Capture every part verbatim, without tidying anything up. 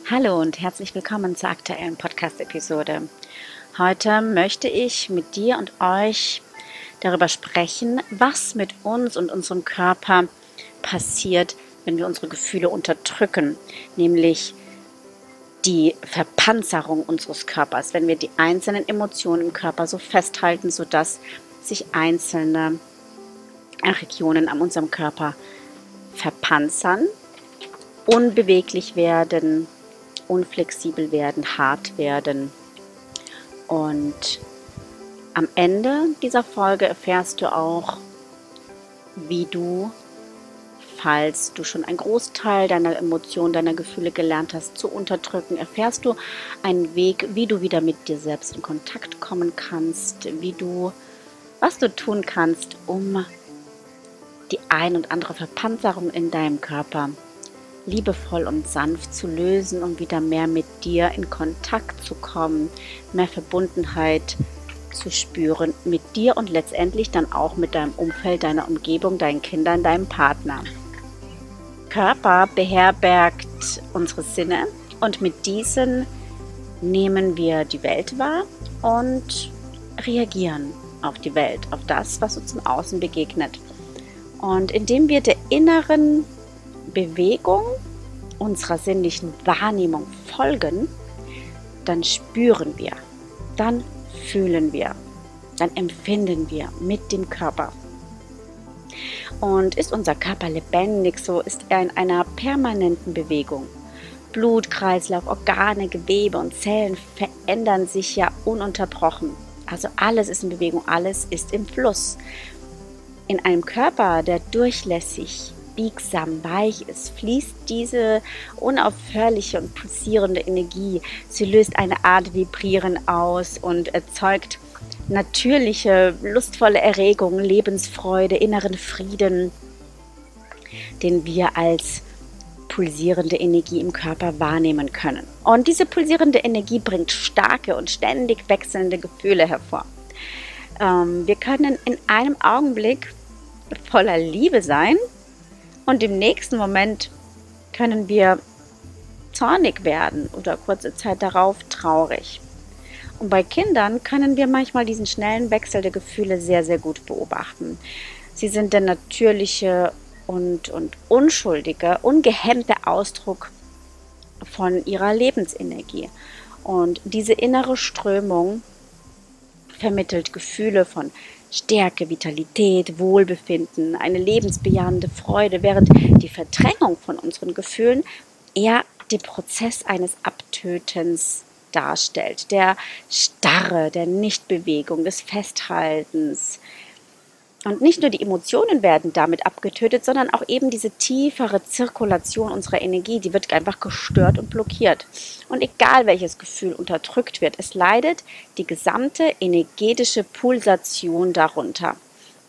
Hallo und herzlich willkommen zur aktuellen Podcast-Episode. Heute möchte ich mit dir und euch darüber sprechen, was mit uns und unserem Körper passiert, wenn wir unsere Gefühle unterdrücken, nämlich die Verpanzerung unseres Körpers, wenn wir die einzelnen Emotionen im Körper so festhalten, sodass sich einzelne Regionen an unserem Körper verpanzern, unbeweglich werden, unflexibel werden, hart werden. Und am Ende dieser Folge erfährst du auch, wie du, falls du schon einen Großteil deiner Emotionen, deiner Gefühle gelernt hast zu unterdrücken, erfährst du einen Weg, wie du wieder mit dir selbst in Kontakt kommen kannst, wie du, was du tun kannst, um die ein und andere Verpanzerung in deinem Körper liebevoll und sanft zu lösen, um wieder mehr mit dir in Kontakt zu kommen, mehr Verbundenheit zu spüren mit dir und letztendlich dann auch mit deinem Umfeld, deiner Umgebung, deinen Kindern, deinem Partner. Körper beherbergt unsere Sinne und mit diesen nehmen wir die Welt wahr und reagieren auf die Welt, auf das, was uns im Außen begegnet. Und indem wir der inneren Bewegung unserer sinnlichen Wahrnehmung folgen, dann spüren wir, dann fühlen wir, dann empfinden wir mit dem Körper. Und ist unser Körper lebendig, so ist er in einer permanenten Bewegung. Blut, Kreislauf, Organe, Gewebe und Zellen verändern sich ja ununterbrochen. Also alles ist in Bewegung, alles ist im Fluss. In einem Körper, der durchlässig, biegsam, weich ist, fließt diese unaufhörliche und pulsierende Energie. Sie löst eine Art Vibrieren aus und erzeugt natürliche, lustvolle Erregung, Lebensfreude, inneren Frieden, den wir als pulsierende Energie im Körper wahrnehmen können. Und diese pulsierende Energie bringt starke und ständig wechselnde Gefühle hervor. Ähm, wir können in einem Augenblick voller Liebe sein und im nächsten Moment können wir zornig werden oder kurze Zeit darauf traurig. Und bei Kindern können wir manchmal diesen schnellen Wechsel der Gefühle sehr, sehr gut beobachten. Sie sind der natürliche und, und unschuldige, ungehemmte Ausdruck von ihrer Lebensenergie. Und diese innere Strömung vermittelt Gefühle von Stärke, Vitalität, Wohlbefinden, eine lebensbejahende Freude, während die Verdrängung von unseren Gefühlen eher den Prozess eines Abtötens darstellt, der Starre, der Nichtbewegung, des Festhaltens. Und nicht nur die Emotionen werden damit abgetötet, sondern auch eben diese tiefere Zirkulation unserer Energie, die wird einfach gestört und blockiert. Und egal welches Gefühl unterdrückt wird, es leidet die gesamte energetische Pulsation darunter.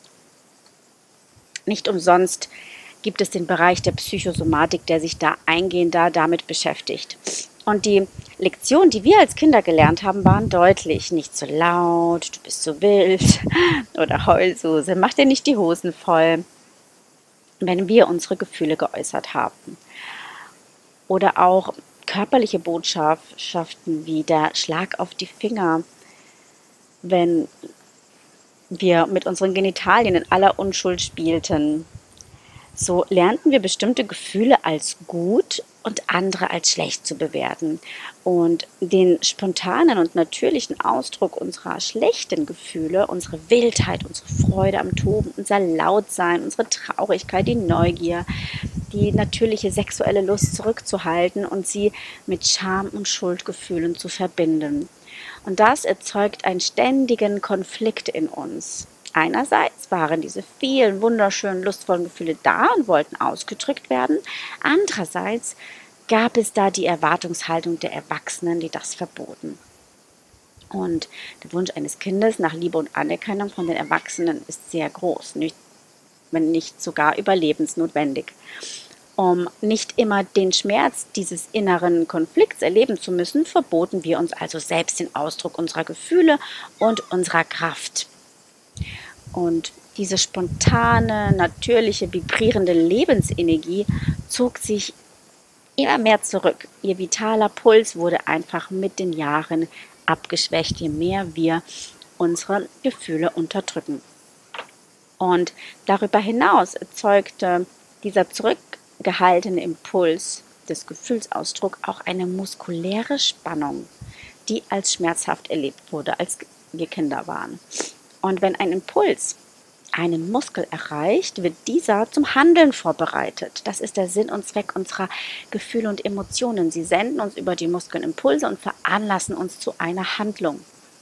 Nicht umsonst gibt es den Bereich der Psychosomatik, der sich da eingehender damit beschäftigt. Und die Lektionen, die wir als Kinder gelernt haben, waren deutlich. Nicht so laut, du bist so wild oder Heulsuse, mach dir nicht die Hosen voll, wenn wir unsere Gefühle geäußert haben. Oder auch körperliche Botschaften wie der Schlag auf die Finger, wenn wir mit unseren Genitalien in aller Unschuld spielten. So lernten wir bestimmte Gefühle als gut und andere als schlecht zu bewerten. Und den spontanen und natürlichen Ausdruck unserer schlechten Gefühle, unsere Wildheit, unsere Freude am Toben, unser Lautsein, unsere Traurigkeit, die Neugier, die natürliche sexuelle Lust zurückzuhalten und sie mit Scham und Schuldgefühlen zu verbinden. Und das erzeugt einen ständigen Konflikt in uns. Einerseits waren diese vielen wunderschönen, lustvollen Gefühle da und wollten ausgedrückt werden. Andererseits gab es da die Erwartungshaltung der Erwachsenen, die das verboten. Und der Wunsch eines Kindes nach Liebe und Anerkennung von den Erwachsenen ist sehr groß, nicht, wenn nicht sogar überlebensnotwendig. Um nicht immer den Schmerz dieses inneren Konflikts erleben zu müssen, verboten wir uns also selbst den Ausdruck unserer Gefühle und unserer Kraft. Und diese spontane, natürliche, vibrierende Lebensenergie zog sich immer mehr zurück. Ihr vitaler Puls wurde einfach mit den Jahren abgeschwächt, je mehr wir unsere Gefühle unterdrücken. Und darüber hinaus erzeugte dieser zurückgehaltene Impuls des Gefühlsausdrucks auch eine muskuläre Spannung, die als schmerzhaft erlebt wurde, als wir Kinder waren. Und wenn ein Impuls einen Muskel erreicht, wird dieser zum Handeln vorbereitet. Das ist der Sinn und Zweck unserer Gefühle und Emotionen. Sie senden uns über die Muskeln Impulse und veranlassen uns zu einer Handlung.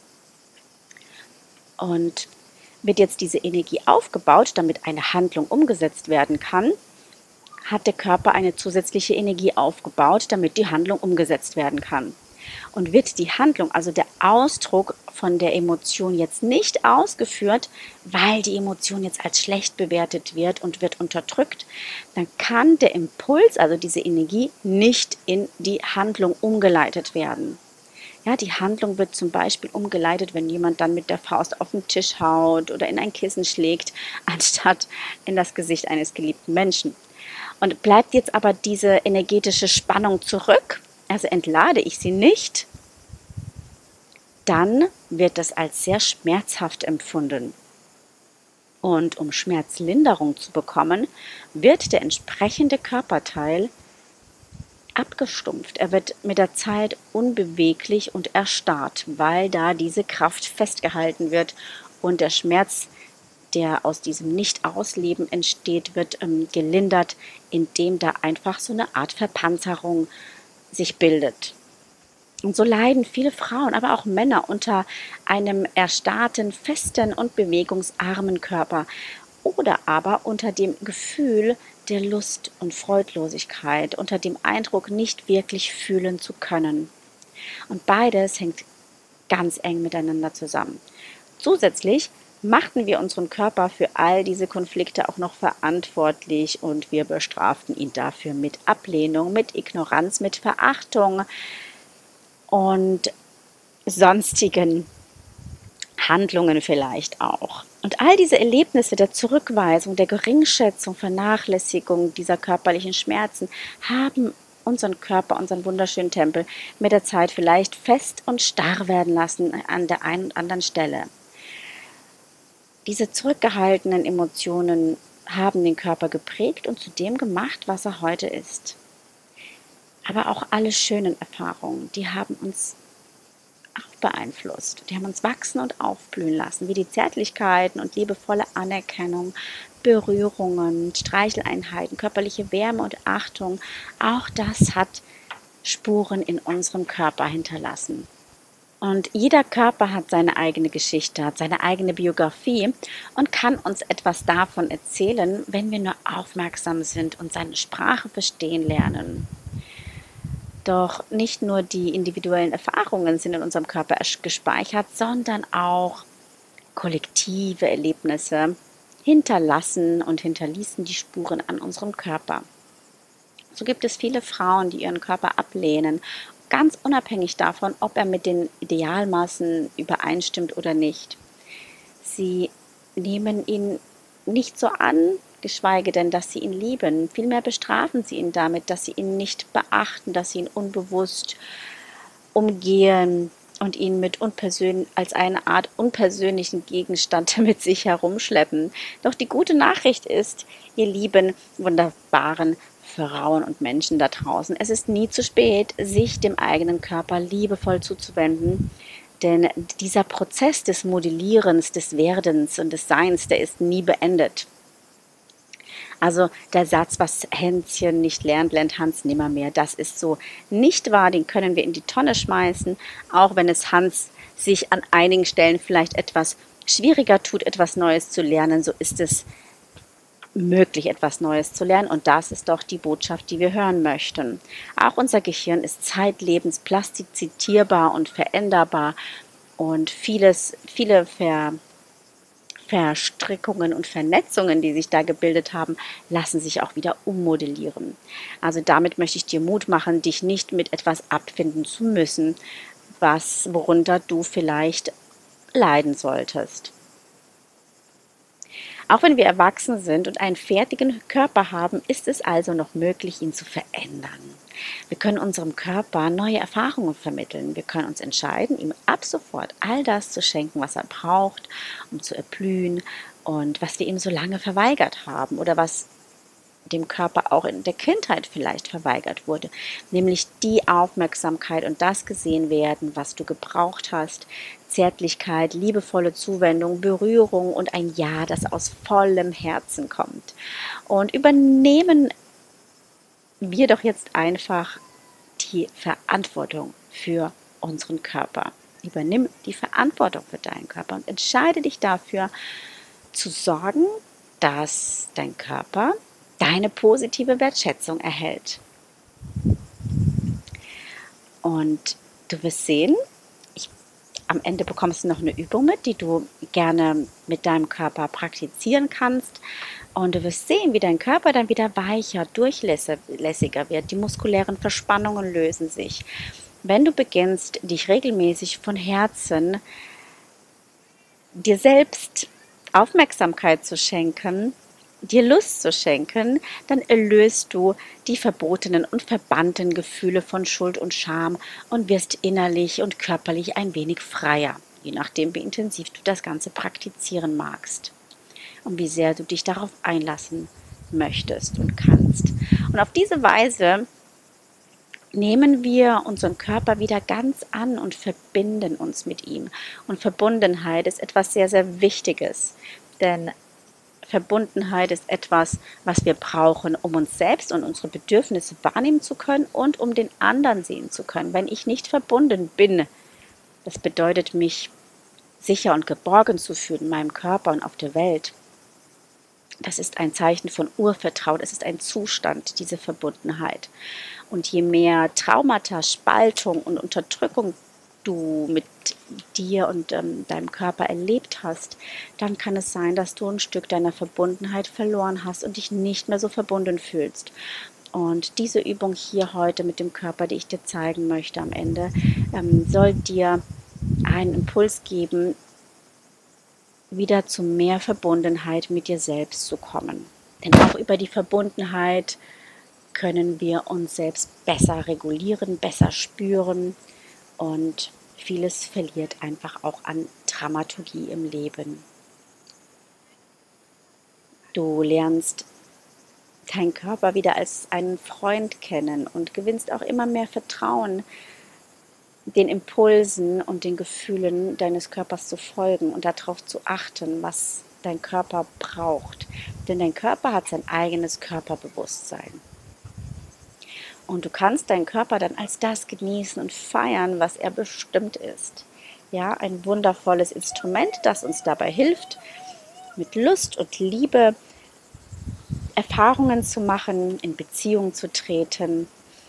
Und wird jetzt diese Energie aufgebaut, damit eine Handlung umgesetzt werden kann, hat der Körper eine zusätzliche Energie aufgebaut, damit die Handlung umgesetzt werden kann. Und wird die Handlung, also der Ausdruck von der Emotion jetzt nicht ausgeführt, weil die Emotion jetzt als schlecht bewertet wird und wird unterdrückt, dann kann der Impuls, also diese Energie, nicht in die Handlung umgeleitet werden. Ja, die Handlung wird zum Beispiel umgeleitet, wenn jemand dann mit der Faust auf den Tisch haut oder in ein Kissen schlägt, anstatt in das Gesicht eines geliebten Menschen. Und bleibt jetzt aber diese energetische Spannung zurück, also entlade ich sie nicht, dann wird das als sehr schmerzhaft empfunden. Und um Schmerzlinderung zu bekommen, wird der entsprechende Körperteil abgestumpft. Er wird mit der Zeit unbeweglich und erstarrt, weil da diese Kraft festgehalten wird und der Schmerz, der aus diesem Nicht-Ausleben entsteht, wird ähm, gelindert, indem da einfach so eine Art Verpanzerung sich bildet. Und so leiden viele Frauen, aber auch Männer unter einem erstarrten, festen und bewegungsarmen Körper oder aber unter dem Gefühl der Lust und Freudlosigkeit, unter dem Eindruck, nicht wirklich fühlen zu können. Und beides hängt ganz eng miteinander zusammen. Zusätzlich machten wir unseren Körper für all diese Konflikte auch noch verantwortlich und wir bestraften ihn dafür mit Ablehnung, mit Ignoranz, mit Verachtung und sonstigen Handlungen vielleicht auch. Und all diese Erlebnisse der Zurückweisung, der Geringschätzung, Vernachlässigung dieser körperlichen Schmerzen haben unseren Körper, unseren wunderschönen Tempel mit der Zeit vielleicht fest und starr werden lassen an der einen und anderen Stelle. Diese zurückgehaltenen Emotionen haben den Körper geprägt und zu dem gemacht, was er heute ist. Aber auch alle schönen Erfahrungen, die haben uns auch beeinflusst. Die haben uns wachsen und aufblühen lassen, wie die Zärtlichkeiten und liebevolle Anerkennung, Berührungen, Streicheleinheiten, körperliche Wärme und Achtung. Auch das hat Spuren in unserem Körper hinterlassen. Und jeder Körper hat seine eigene Geschichte, hat seine eigene Biografie und kann uns etwas davon erzählen, wenn wir nur aufmerksam sind und seine Sprache verstehen lernen. Doch nicht nur die individuellen Erfahrungen sind in unserem Körper gespeichert, sondern auch kollektive Erlebnisse hinterlassen und hinterließen die Spuren an unserem Körper. So gibt es viele Frauen, die ihren Körper ablehnen, ganz unabhängig davon, ob er mit den Idealmaßen übereinstimmt oder nicht. Sie nehmen ihn nicht so an, geschweige denn, dass sie ihn lieben. Vielmehr bestrafen sie ihn damit, dass sie ihn nicht beachten, dass sie ihn unbewusst umgehen und ihn mit unpersönlich, als eine Art unpersönlichen Gegenstand mit sich herumschleppen. Doch die gute Nachricht ist, ihr lieben, wunderbaren Frauen und Menschen da draußen, es ist nie zu spät, sich dem eigenen Körper liebevoll zuzuwenden, denn dieser Prozess des Modellierens, des Werdens und des Seins, der ist nie beendet. Also der Satz, was Hänschen nicht lernt, lernt Hans nimmermehr, das ist so nicht wahr, den können wir in die Tonne schmeißen, auch wenn es Hans sich an einigen Stellen vielleicht etwas schwieriger tut, etwas Neues zu lernen, so ist es möglich, etwas Neues zu lernen und das ist doch die Botschaft, die wir hören möchten. Auch unser Gehirn ist zeitlebens plastizierbar und veränderbar und vieles, viele Ver Verstrickungen und Vernetzungen, die sich da gebildet haben, lassen sich auch wieder ummodellieren. Also damit möchte ich dir Mut machen, dich nicht mit etwas abfinden zu müssen, was, worunter du vielleicht leiden solltest. Auch wenn wir erwachsen sind und einen fertigen Körper haben, ist es also noch möglich, ihn zu verändern. Wir können unserem Körper neue Erfahrungen vermitteln. Wir können uns entscheiden, ihm ab sofort all das zu schenken, was er braucht, um zu erblühen und was wir ihm so lange verweigert haben oder was dem Körper auch in der Kindheit vielleicht verweigert wurde, nämlich die Aufmerksamkeit und das gesehen werden, was du gebraucht hast, Zärtlichkeit, liebevolle Zuwendung, Berührung und ein Ja, das aus vollem Herzen kommt. Und übernehmen wir doch jetzt einfach die Verantwortung für unseren Körper. Übernimm die Verantwortung für deinen Körper und entscheide dich dafür, zu sorgen, dass dein Körper deine positive Wertschätzung erhält. Und du wirst sehen, ich, am Ende bekommst du noch eine Übung mit, die du gerne mit deinem Körper praktizieren kannst. Und du wirst sehen, wie dein Körper dann wieder weicher, durchlässiger wird. Die muskulären Verspannungen lösen sich. Wenn du beginnst, dich regelmäßig von Herzen dir selbst Aufmerksamkeit zu schenken, dir Lust zu schenken, dann erlöst du die verbotenen und verbannten Gefühle von Schuld und Scham und wirst innerlich und körperlich ein wenig freier, je nachdem, wie intensiv du das Ganze praktizieren magst und wie sehr du dich darauf einlassen möchtest und kannst. Und auf diese Weise nehmen wir unseren Körper wieder ganz an und verbinden uns mit ihm. Und Verbundenheit ist etwas sehr, sehr Wichtiges, denn Verbundenheit ist etwas, was wir brauchen, um uns selbst und unsere Bedürfnisse wahrnehmen zu können und um den anderen sehen zu können. Wenn ich nicht verbunden bin, das bedeutet, mich sicher und geborgen zu fühlen in meinem Körper und auf der Welt. Das ist ein Zeichen von Urvertrauen, es ist ein Zustand, diese Verbundenheit. Und je mehr Traumata, Spaltung und Unterdrückung du mit dir und ähm, deinem Körper erlebt hast, dann kann es sein, dass du ein Stück deiner Verbundenheit verloren hast und dich nicht mehr so verbunden fühlst. Und diese Übung hier heute mit dem Körper, die ich dir zeigen möchte am Ende, ähm, soll dir einen Impuls geben, wieder zu mehr Verbundenheit mit dir selbst zu kommen. Denn auch über die Verbundenheit können wir uns selbst besser regulieren, besser spüren und vieles verliert einfach auch an Dramaturgie im Leben. Du lernst deinen Körper wieder als einen Freund kennen und gewinnst auch immer mehr Vertrauen, den Impulsen und den Gefühlen deines Körpers zu folgen und darauf zu achten, was dein Körper braucht. Denn dein Körper hat sein eigenes Körperbewusstsein. Und du kannst deinen Körper dann als das genießen und feiern, was er bestimmt ist. Ja, ein wundervolles Instrument, das uns dabei hilft, mit Lust und Liebe Erfahrungen zu machen, in Beziehung zu treten.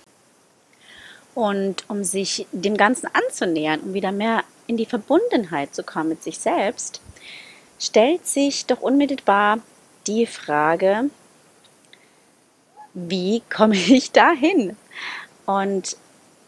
Und um sich dem Ganzen anzunähern, um wieder mehr in die Verbundenheit zu kommen mit sich selbst, stellt sich doch unmittelbar die Frage, wie komme ich dahin? Und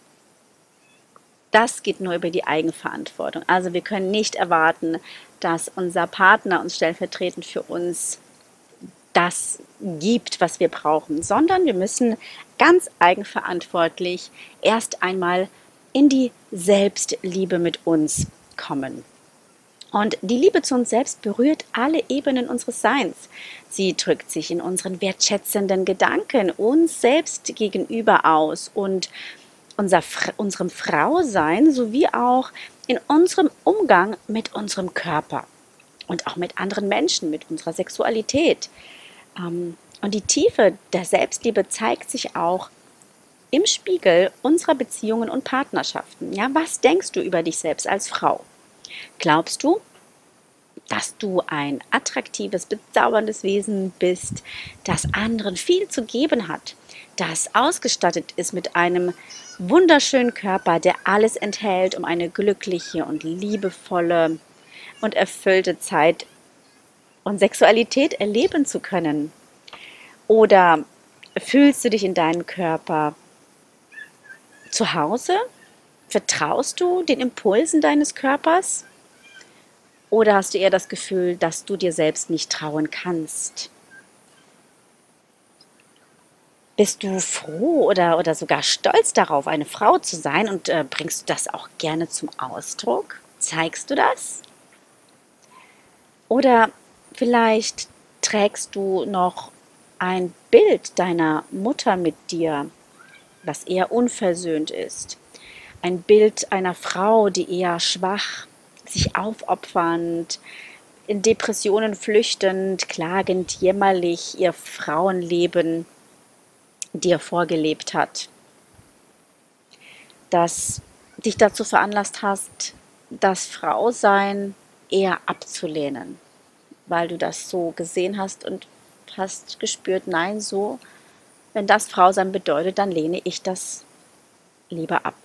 das geht nur über die Eigenverantwortung. Also wir können nicht erwarten, dass unser Partner uns stellvertretend für uns das gibt, was wir brauchen, sondern wir müssen ganz eigenverantwortlich erst einmal in die Selbstliebe mit uns kommen. Und die Liebe zu uns selbst berührt alle Ebenen unseres Seins. Sie drückt sich in unseren wertschätzenden Gedanken uns selbst gegenüber aus und unser, unserem Frausein sowie auch in unserem Umgang mit unserem Körper und auch mit anderen Menschen, mit unserer Sexualität. Und die Tiefe der Selbstliebe zeigt sich auch im Spiegel unserer Beziehungen und Partnerschaften. Ja, was denkst du über dich selbst als Frau? Glaubst du, dass du ein attraktives, bezauberndes Wesen bist, das anderen viel zu geben hat, das ausgestattet ist mit einem wunderschönen Körper, der alles enthält, um eine glückliche und liebevolle und erfüllte Zeit und Sexualität erleben zu können? Oder fühlst du dich in deinem Körper zu Hause? Vertraust du den Impulsen deines Körpers? Oder hast du eher das Gefühl, dass du dir selbst nicht trauen kannst? Bist du froh oder, oder sogar stolz darauf, eine Frau zu sein und äh, bringst du das auch gerne zum Ausdruck? Zeigst du das? Oder vielleicht trägst du noch ein Bild deiner Mutter mit dir, was eher unversöhnt ist. Ein Bild einer Frau, die eher schwach, sich aufopfernd, in Depressionen flüchtend, klagend, jämmerlich ihr Frauenleben dir vorgelebt hat, das dich dazu veranlasst hast, das Frausein eher abzulehnen, weil du das so gesehen hast und hast gespürt, nein, so, wenn das Frausein bedeutet, dann lehne ich das lieber ab.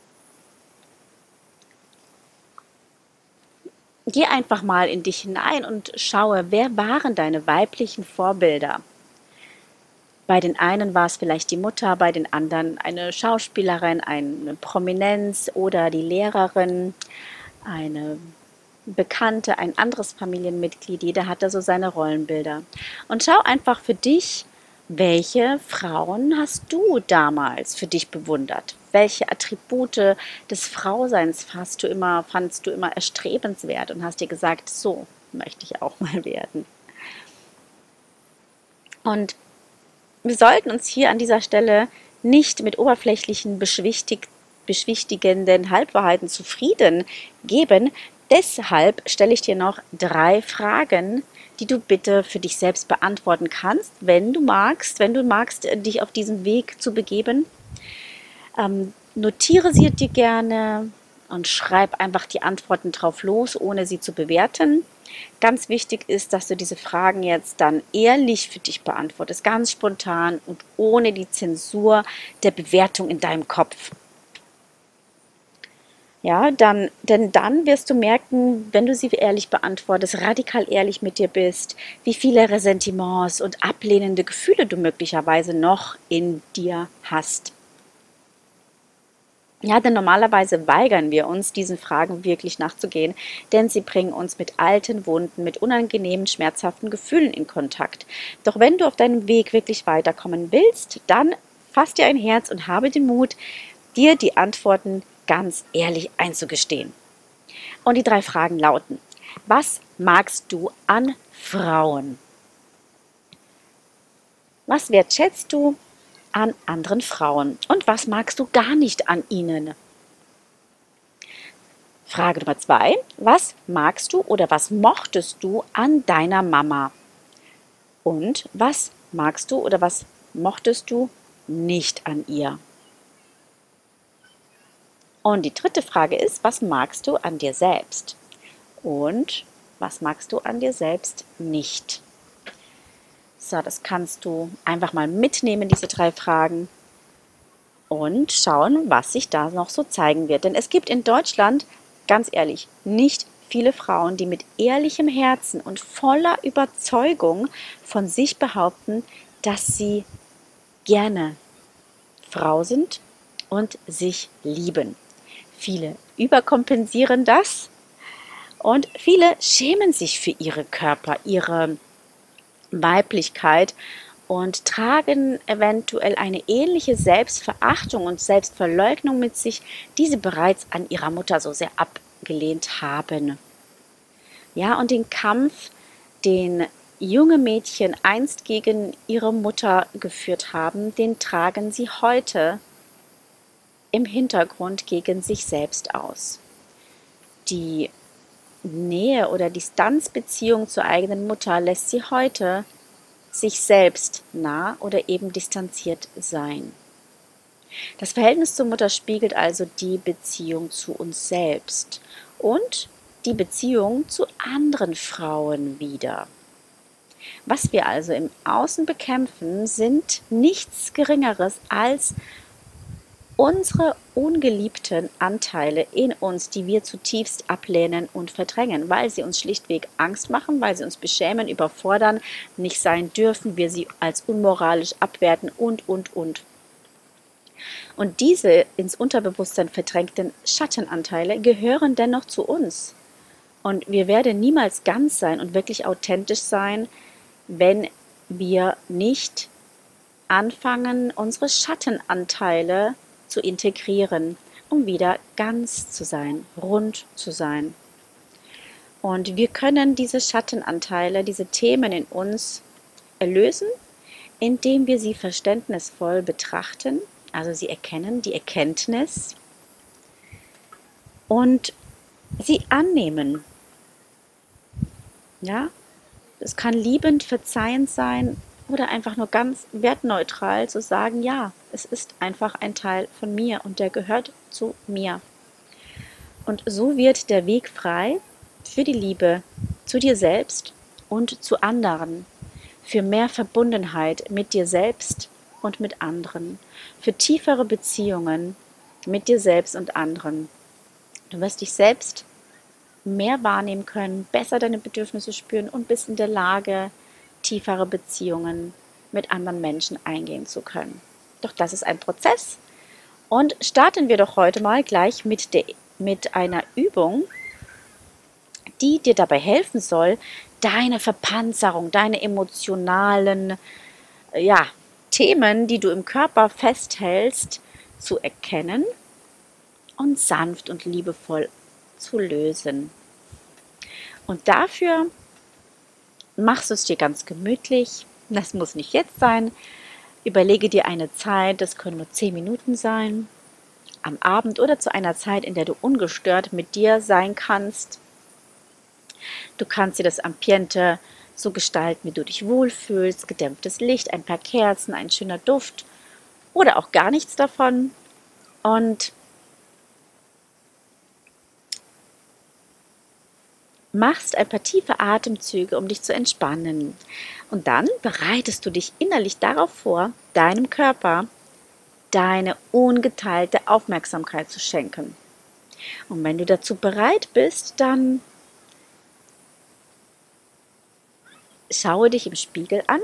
Geh einfach mal in dich hinein und schaue, wer waren deine weiblichen Vorbilder? Bei den einen war es vielleicht die Mutter, bei den anderen eine Schauspielerin, eine Prominenz oder die Lehrerin, eine Bekannte, ein anderes Familienmitglied. Jeder hat da so seine Rollenbilder. Und schau einfach für dich, welche Frauen hast du damals für dich bewundert? Welche Attribute des Frauseins hast du immer, fandst du immer erstrebenswert und hast dir gesagt, so möchte ich auch mal werden? Und wir sollten uns hier an dieser Stelle nicht mit oberflächlichen, beschwichtig, beschwichtigenden Halbwahrheiten zufrieden geben. Deshalb stelle ich dir noch drei Fragen, die du bitte für dich selbst beantworten kannst, wenn du magst, wenn du magst, dich auf diesen Weg zu begeben. Ähm, notiere sie dir gerne und schreib einfach die Antworten drauf los, ohne sie zu bewerten. Ganz wichtig ist, dass du diese Fragen jetzt dann ehrlich für dich beantwortest, ganz spontan und ohne die Zensur der Bewertung in deinem Kopf. Ja, dann, denn dann wirst du merken, wenn du sie ehrlich beantwortest, radikal ehrlich mit dir bist, wie viele Ressentiments und ablehnende Gefühle du möglicherweise noch in dir hast. Ja, denn normalerweise weigern wir uns, diesen Fragen wirklich nachzugehen, denn sie bringen uns mit alten Wunden, mit unangenehmen, schmerzhaften Gefühlen in Kontakt. Doch wenn du auf deinem Weg wirklich weiterkommen willst, dann fass dir ein Herz und habe den Mut, dir die Antworten ganz ehrlich einzugestehen. Und die drei Fragen lauten: Was magst du an Frauen? Was wertschätzt du an anderen Frauen? Und was magst du gar nicht an ihnen? Frage Nummer zwei: Was magst du oder was mochtest du an deiner Mama? Und was magst du oder was mochtest du nicht an ihr? Und die dritte Frage ist: Was magst du an dir selbst? Und was magst du an dir selbst nicht? So, das kannst du einfach mal mitnehmen, diese drei Fragen, und schauen, was sich da noch so zeigen wird. Denn es gibt in Deutschland, ganz ehrlich, nicht viele Frauen, die mit ehrlichem Herzen und voller Überzeugung von sich behaupten, dass sie gerne Frau sind und sich lieben. Viele überkompensieren das und viele schämen sich für ihre Körper, ihre Weiblichkeit und tragen eventuell eine ähnliche Selbstverachtung und Selbstverleugnung mit sich, die sie bereits an ihrer Mutter so sehr abgelehnt haben. Ja, und den Kampf, den junge Mädchen einst gegen ihre Mutter geführt haben, den tragen sie heute im Hintergrund gegen sich selbst aus. Die Nähe oder Distanzbeziehung zur eigenen Mutter lässt sie heute sich selbst nah oder eben distanziert sein. Das Verhältnis zur Mutter spiegelt also die Beziehung zu uns selbst und die Beziehung zu anderen Frauen wider. Was wir also im Außen bekämpfen, sind nichts Geringeres als unsere ungeliebten Anteile in uns, die wir zutiefst ablehnen und verdrängen, weil sie uns schlichtweg Angst machen, weil sie uns beschämen, überfordern, nicht sein dürfen, wir sie als unmoralisch abwerten und, und, und. Und diese ins Unterbewusstsein verdrängten Schattenanteile gehören dennoch zu uns. Und wir werden niemals ganz sein und wirklich authentisch sein, wenn wir nicht anfangen, unsere Schattenanteile zu integrieren, um wieder ganz zu sein, rund zu sein. Und wir können diese Schattenanteile, diese Themen in uns erlösen, indem wir sie verständnisvoll betrachten, also sie erkennen, die Erkenntnis, und sie annehmen. Ja, es kann liebend, verzeihend sein oder einfach nur ganz wertneutral zu sagen, ja, es ist einfach ein Teil von mir und der gehört zu mir. Und so wird der Weg frei für die Liebe zu dir selbst und zu anderen, für mehr Verbundenheit mit dir selbst und mit anderen, für tiefere Beziehungen mit dir selbst und anderen. Du wirst dich selbst mehr wahrnehmen können, besser deine Bedürfnisse spüren und bist in der Lage, tiefere Beziehungen mit anderen Menschen eingehen zu können. Doch das ist ein Prozess. Und starten wir doch heute mal gleich mit, der, mit einer Übung, die dir dabei helfen soll, deine Verpanzerung, deine emotionalen ja, Themen, die du im Körper festhältst, zu erkennen und sanft und liebevoll zu lösen. Und dafür machst du es dir ganz gemütlich. Das muss nicht jetzt sein. Überlege dir eine Zeit, das können nur zehn Minuten sein, am Abend oder zu einer Zeit, in der du ungestört mit dir sein kannst. Du kannst dir das Ambiente so gestalten, wie du dich wohlfühlst, gedämpftes Licht, ein paar Kerzen, ein schöner Duft oder auch gar nichts davon. Und machst ein paar tiefe Atemzüge, um dich zu entspannen. Und dann bereitest du dich innerlich darauf vor, deinem Körper deine ungeteilte Aufmerksamkeit zu schenken. Und wenn du dazu bereit bist, dann schaue dich im Spiegel an.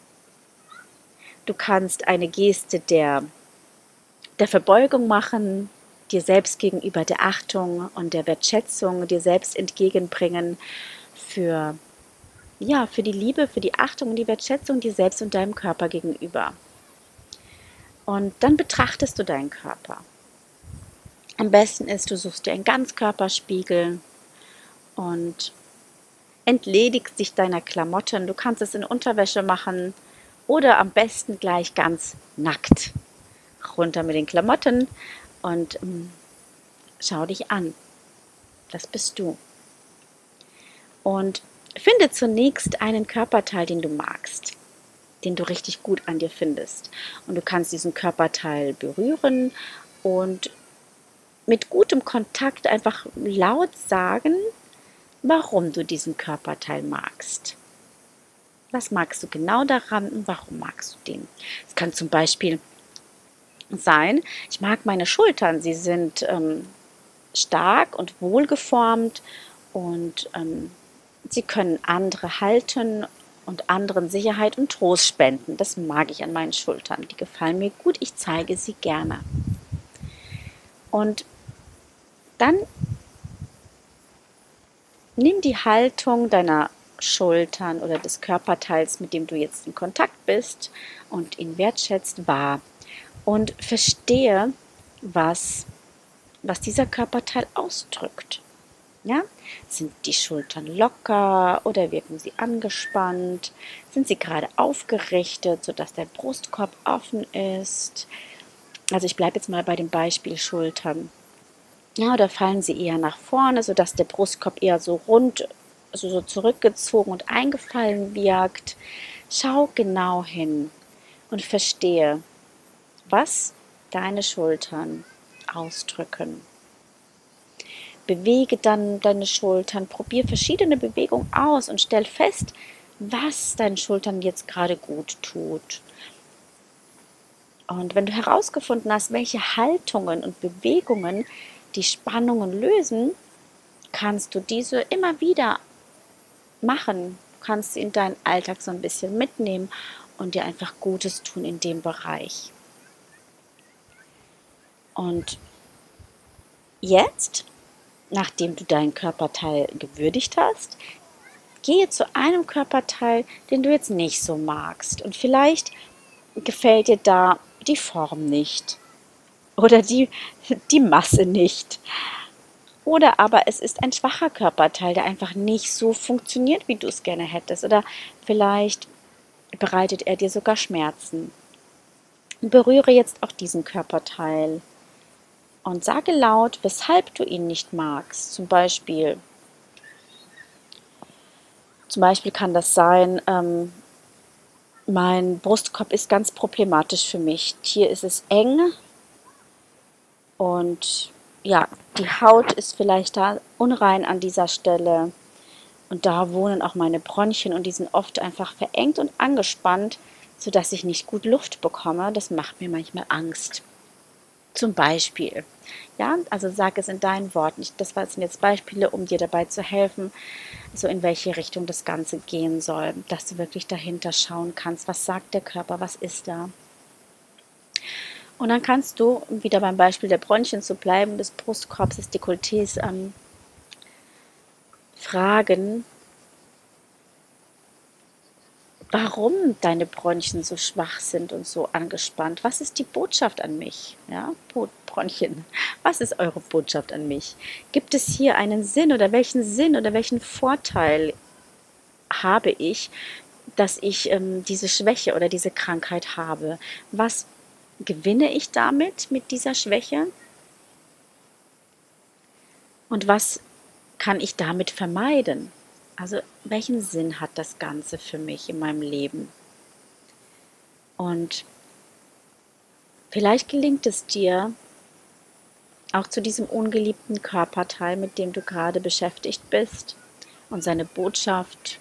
Du kannst eine Geste der, der Verbeugung machen, dir selbst gegenüber der Achtung und der Wertschätzung, dir selbst entgegenbringen für, ja, für die Liebe, für die Achtung und die Wertschätzung dir selbst und deinem Körper gegenüber. Und dann betrachtest du deinen Körper. Am besten ist, du suchst dir einen Ganzkörperspiegel und entledigst dich deiner Klamotten. Du kannst es in Unterwäsche machen oder am besten gleich ganz nackt. Runter mit den Klamotten und ähm, schau dich an. Das bist du. Und finde zunächst einen Körperteil, den du magst, den du richtig gut an dir findest. Und du kannst diesen Körperteil berühren und mit gutem Kontakt einfach laut sagen, warum du diesen Körperteil magst. Was magst du genau daran und warum magst du den? Es kann zum Beispiel sein, ich mag meine Schultern, sie sind ähm, stark und wohlgeformt und ähm, sie können andere halten und anderen Sicherheit und Trost spenden. Das mag ich an meinen Schultern. Die gefallen mir gut, ich zeige sie gerne. Und dann nimm die Haltung deiner Schultern oder des Körperteils, mit dem du jetzt in Kontakt bist und ihn wertschätzt, wahr und verstehe, was, was dieser Körperteil ausdrückt. Ja? Sind die Schultern locker oder wirken sie angespannt? Sind sie gerade aufgerichtet, sodass der Brustkorb offen ist? Also ich bleibe jetzt mal bei dem Beispiel Schultern. Ja, oder fallen sie eher nach vorne, sodass der Brustkorb eher so rund, also so zurückgezogen und eingefallen wirkt? Schau genau hin und verstehe, was deine Schultern ausdrücken. Bewege dann deine Schultern, probier verschiedene Bewegungen aus und stell fest, was deinen Schultern jetzt gerade gut tut. Und wenn du herausgefunden hast, welche Haltungen und Bewegungen die Spannungen lösen, kannst du diese immer wieder machen. Du kannst sie in deinen Alltag so ein bisschen mitnehmen und dir einfach Gutes tun in dem Bereich. Und jetzt nachdem du deinen Körperteil gewürdigt hast, gehe zu einem Körperteil, den du jetzt nicht so magst. Und vielleicht gefällt dir da die Form nicht oder die, die Masse nicht. Oder aber es ist ein schwacher Körperteil, der einfach nicht so funktioniert, wie du es gerne hättest. Oder vielleicht bereitet er dir sogar Schmerzen. Berühre jetzt auch diesen Körperteil und sage laut, weshalb du ihn nicht magst. Zum Beispiel, zum Beispiel kann das sein, ähm, mein Brustkorb ist ganz problematisch für mich. Hier ist es eng und ja, die Haut ist vielleicht da unrein an dieser Stelle. Und da wohnen auch meine Bronchien und die sind oft einfach verengt und angespannt, sodass ich nicht gut Luft bekomme. Das macht mir manchmal Angst. Zum Beispiel. Ja, also sag es in deinen Worten. Das sind jetzt Beispiele, um dir dabei zu helfen, so in welche Richtung das Ganze gehen soll, dass du wirklich dahinter schauen kannst, was sagt der Körper, was ist da. Und dann kannst du, um wieder beim Beispiel der Bronchien zu bleiben, des Brustkorbs, des Dekolletés, ähm, fragen, warum deine Bronchien so schwach sind und so angespannt. Was ist die Botschaft an mich? Ja, Bronchien, was ist eure Botschaft an mich? Gibt es hier einen Sinn oder welchen Sinn oder welchen Vorteil habe ich, dass ich ähm, diese Schwäche oder diese Krankheit habe? Was gewinne ich damit, mit dieser Schwäche? Und was kann ich damit vermeiden? Also welchen Sinn hat das Ganze für mich in meinem Leben? Und vielleicht gelingt es dir, auch zu diesem ungeliebten Körperteil, mit dem du gerade beschäftigt bist und seine Botschaft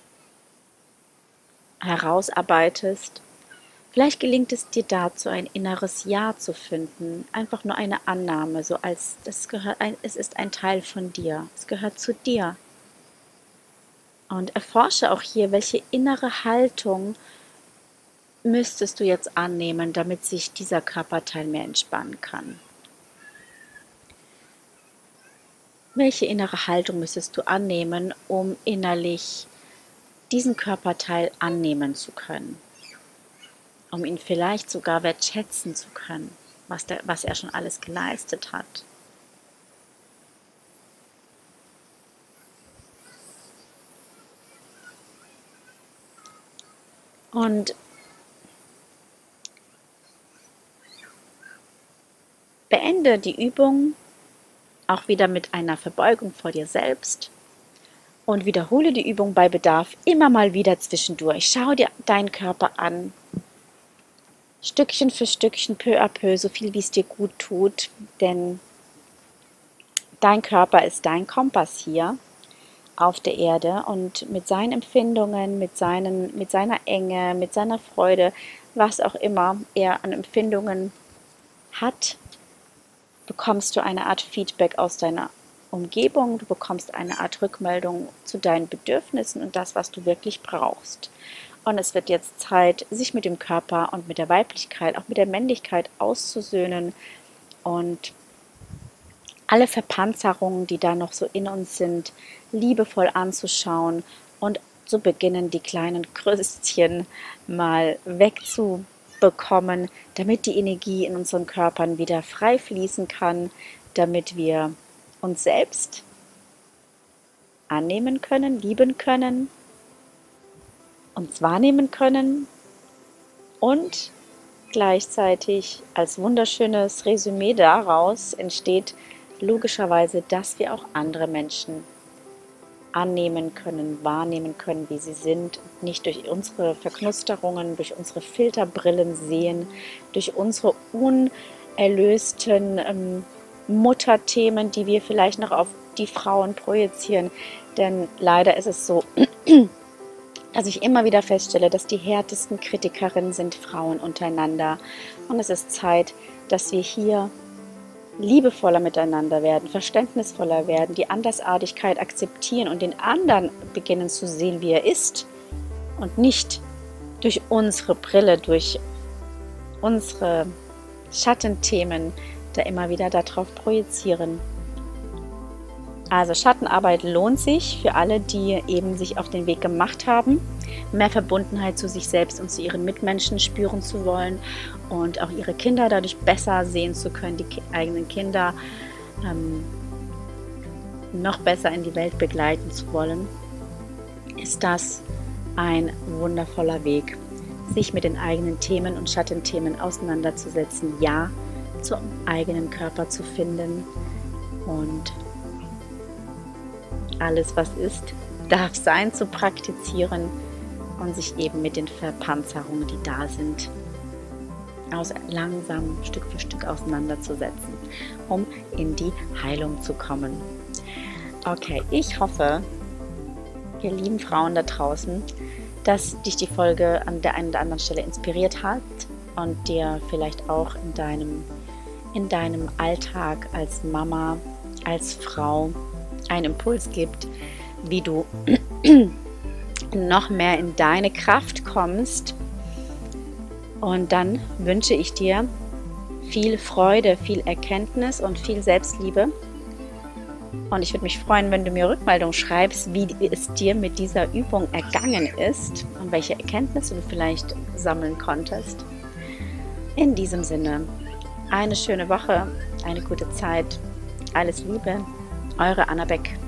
herausarbeitest. Vielleicht gelingt es dir dazu, ein inneres Ja zu finden, einfach nur eine Annahme, so als das gehört, ein, es ist ein Teil von dir, es gehört zu dir. Und erforsche auch hier, welche innere Haltung müsstest du jetzt annehmen, damit sich dieser Körperteil mehr entspannen kann. Welche innere Haltung müsstest du annehmen, um innerlich diesen Körperteil annehmen zu können? Um ihn vielleicht sogar wertschätzen zu können, was, der, was er schon alles geleistet hat. Und beende die Übung auch wieder mit einer Verbeugung vor dir selbst und wiederhole die Übung bei Bedarf immer mal wieder zwischendurch. Schau dir deinen Körper an, Stückchen für Stückchen, peu à peu, so viel wie es dir gut tut, denn dein Körper ist dein Kompass hier auf der Erde und mit seinen Empfindungen, mit, seinen, mit seiner Enge, mit seiner Freude, was auch immer er an Empfindungen hat, bekommst du eine Art Feedback aus deiner Umgebung, du bekommst eine Art Rückmeldung zu deinen Bedürfnissen und das, was du wirklich brauchst. Und es wird jetzt Zeit, sich mit dem Körper und mit der Weiblichkeit, auch mit der Männlichkeit auszusöhnen und alle Verpanzerungen, die da noch so in uns sind, liebevoll anzuschauen und zu beginnen, die kleinen Krüstchen mal wegzubekommen, damit die Energie in unseren Körpern wieder frei fließen kann, damit wir uns selbst annehmen können, lieben können, uns wahrnehmen können und gleichzeitig als wunderschönes Resümee daraus entsteht logischerweise, dass wir auch andere Menschen annehmen können, wahrnehmen können, wie sie sind, nicht durch unsere Verknusterungen, durch unsere Filterbrillen sehen, durch unsere unerlösten ähm, Mutterthemen, die wir vielleicht noch auf die Frauen projizieren. Denn leider ist es so, dass ich immer wieder feststelle, dass die härtesten Kritikerinnen sind Frauen untereinander. Und es ist Zeit, dass wir hier liebevoller miteinander werden, verständnisvoller werden, die Andersartigkeit akzeptieren und den anderen beginnen zu sehen, wie er ist und nicht durch unsere Brille, durch unsere Schattenthemen da immer wieder darauf projizieren. Also Schattenarbeit lohnt sich für alle, die eben sich auf den Weg gemacht haben, mehr Verbundenheit zu sich selbst und zu ihren Mitmenschen spüren zu wollen und auch ihre Kinder dadurch besser sehen zu können, die ki- eigenen Kinder ähm, noch besser in die Welt begleiten zu wollen, ist das ein wundervoller Weg, sich mit den eigenen Themen und Schattenthemen auseinanderzusetzen, ja, zum eigenen Körper zu finden und alles, was ist, darf sein, zu praktizieren und sich eben mit den Verpanzerungen, die da sind, aus langsam Stück für Stück auseinanderzusetzen, um in die Heilung zu kommen. Okay, ich hoffe, ihr lieben Frauen da draußen, dass dich die Folge an der einen oder anderen Stelle inspiriert hat und dir vielleicht auch in deinem, in deinem Alltag als Mama, als Frau einen Impuls gibt, wie du noch mehr in deine Kraft kommst. Und dann wünsche ich dir viel Freude, viel Erkenntnis und viel Selbstliebe. Und ich würde mich freuen, wenn du mir Rückmeldung schreibst, wie es dir mit dieser Übung ergangen ist und welche Erkenntnisse du vielleicht sammeln konntest. In diesem Sinne, eine schöne Woche, eine gute Zeit. Alles Liebe, eure Anna Beck.